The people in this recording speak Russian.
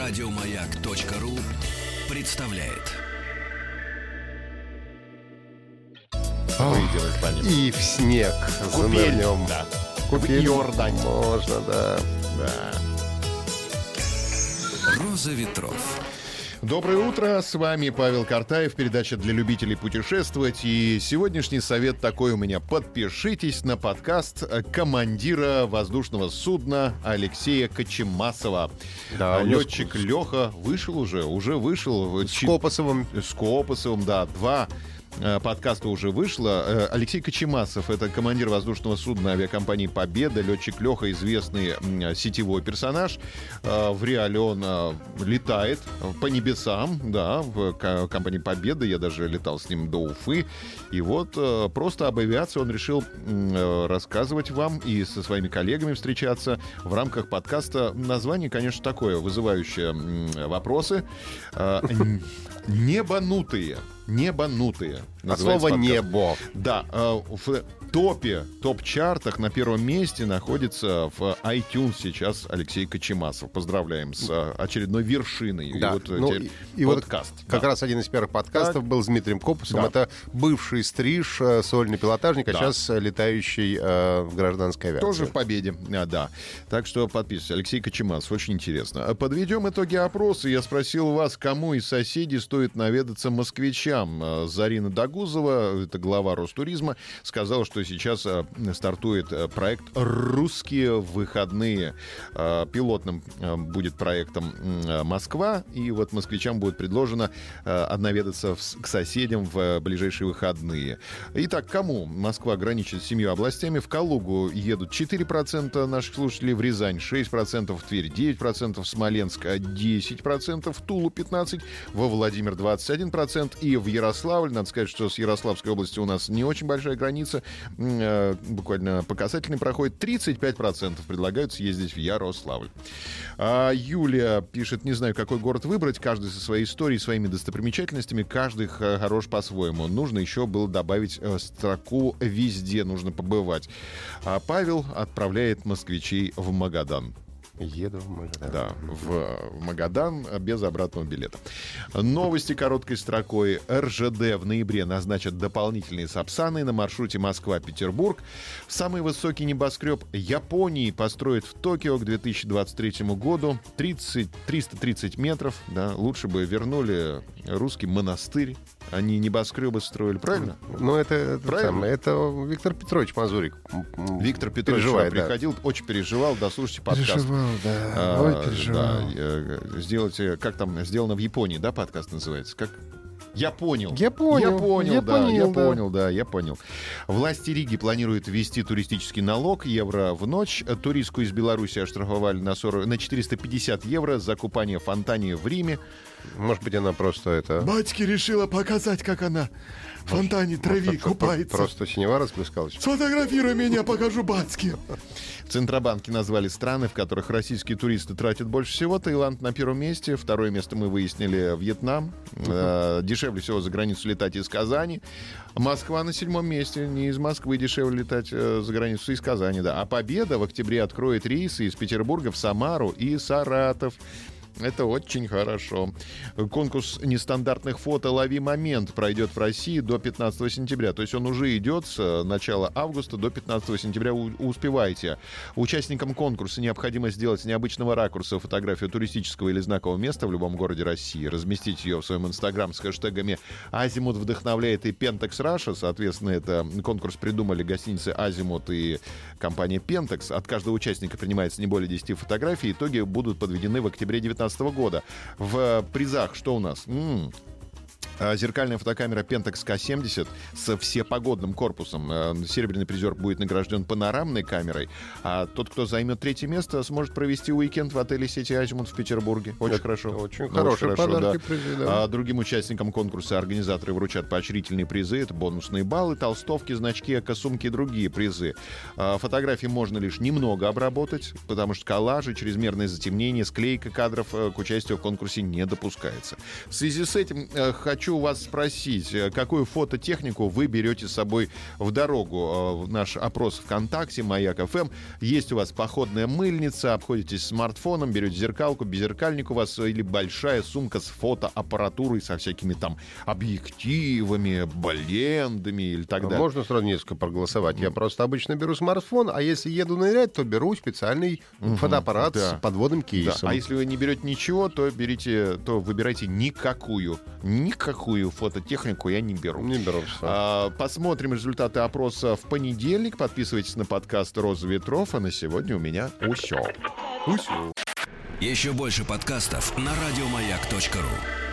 Радиомаяк.ру представляет. Выйдем по ним. И в снег занырнем. Да. Купель. Иордань. Можно, да. «Роза ветров». Доброе утро, с вами Павел Картаев, передача для любителей путешествовать. И сегодняшний совет такой у меня. Подпишитесь на подкаст командира воздушного судна Алексея Кочемасова. Да, летчик Леха вышел уже вышел. С Копосовым. С Копосовым, да, 2 подкаста уже вышло. Алексей Кочемасов — это командир воздушного судна авиакомпании «Победа». Летчик Леха — известный сетевой персонаж. В реале он летает по небесам, да, в компании «Победа». Я даже летал с ним до Уфы. И вот просто об авиации он решил рассказывать вам и со своими коллегами встречаться в рамках подкаста. Название, конечно, такое, вызывающее вопросы. Небанутые. От слова «небо». Да, в топ-чартах на первом месте находится в iTunes сейчас Алексей Кочемасов. Поздравляем с очередной вершиной. Да. И вот подкаст. Как раз один из первых подкастов был с Дмитрием Копосовым. Да. Это бывший стриж, сольный пилотажник, а сейчас летающий в гражданской авиации. Тоже в «Победе», да. Так что подписывайтесь. Алексей Кочемасов, очень интересно. Подведем итоги опроса. Я спросил вас, кому из соседей стоит наведаться москвичам. Зарина Дагузова, это глава Ростуризма, сказала, что сейчас стартует проект «Русские выходные». Пилотным будет проектом Москва, и вот москвичам будет предложено наведаться к соседям в ближайшие выходные. Итак, кому Москва граничит с 7 областями? В Калугу едут 4% наших слушателей, в Рязань 6%, в Тверь 9%, в Смоленск 10%, в Тулу 15%, во Владимир 21%, и в Ярославль. Надо сказать, что с Ярославской областью у нас не очень большая граница, буквально по касательной проходит. 35% предлагают съездить в Ярославль. Юлия пишет: не знаю, какой город выбрать, каждый со своей историей, своими достопримечательностями, каждый хорош по-своему. Нужно еще было добавить строку «везде нужно побывать». Павел отправляет москвичей в Магадан. Еду в Магадан. Да, в Магадан без обратного билета. Новости короткой строкой. РЖД в ноябре назначат дополнительные сапсаны на маршруте Москва-Петербург. Самый высокий небоскреб Японии построят в Токио к 2023 году. 330 метров. Да, лучше бы вернули русский монастырь. Они небоскребы строили, правильно? Ну, это Виктор Петрович Мазурик. Виктор Петрович приходил, очень переживал. Дослушайте подкаст. Переживал. Да, сделайте, как там сделано в Японии, да, подкаст называется? Как? Я понял. Я понял. Власти Риги планируют ввести туристический налог евро в ночь. Туристку из Беларуси оштрафовали на 450 евро за купание в фонтане в Риме. Может быть, она просто это... Батьке решила показать, как она в фонтане трави купается. Просто синева расплескалась. Сфотографируй меня, покажу батьке. В Центробанке назвали страны, в которых российские туристы тратят больше всего. Таиланд на первом месте. Второе место мы выяснили — Вьетнам. Дешевле всего за границу летать из Казани. Москва на 7-м месте. Не из Москвы дешевле летать за границу, из Казани, да. А Победа в октябре откроет рейсы из Петербурга в Самару и Саратов. Это очень хорошо. Конкурс нестандартных фото «Лови момент» пройдет в России до 15 сентября. То есть он уже идет с начала августа до 15 сентября. Успевайте. Участникам конкурса необходимо сделать с необычного ракурса фотографию туристического или знакового места в любом городе России, разместить ее в своем инстаграм с хэштегами «Азимут вдохновляет» и «Пентекс Раша». Соответственно, это конкурс придумали гостиницы «Азимут» и компания «Пентекс». От каждого участника принимается не более 10 фотографий. Итоги будут подведены в октябре 2019 года. В призах что у нас? Зеркальная фотокамера Pentax K70 с всепогодным корпусом. Серебряный призер будет награжден панорамной камерой, а тот, кто займет 3-е место, сможет провести уикенд в отеле сети «Азимут» в Петербурге. Очень хорошо. Очень хорошие подарки, да. призы, да. Другим участникам конкурса организаторы вручат поощрительные призы. Это бонусные баллы, толстовки, значки, эко-сумки и другие призы. Фотографии можно лишь немного обработать, потому что коллажи, чрезмерное затемнение, склейка кадров к участию в конкурсе не допускается. В связи с этим хочу хочу у вас спросить, какую фототехнику вы берете с собой в дорогу? Наш опрос ВКонтакте, Маяк ФМ. Есть у вас походная мыльница, обходитесь смартфоном, берете зеркалку, беззеркальник у вас или большая сумка с фотоаппаратурой, со всякими там объективами, блендами или так далее. Можно сразу несколько проголосовать. Я просто обычно беру смартфон, а если еду нырять, то беру специальный фотоаппарат с подводным кейсом. Да. А если вы не берете ничего, то выбирайте никакую фототехнику я не беру. Не беру все. Посмотрим результаты опроса в понедельник. Подписывайтесь на подкаст «Роза ветров». А на сегодня у меня усё. Еще больше подкастов на радиомаяк.ру.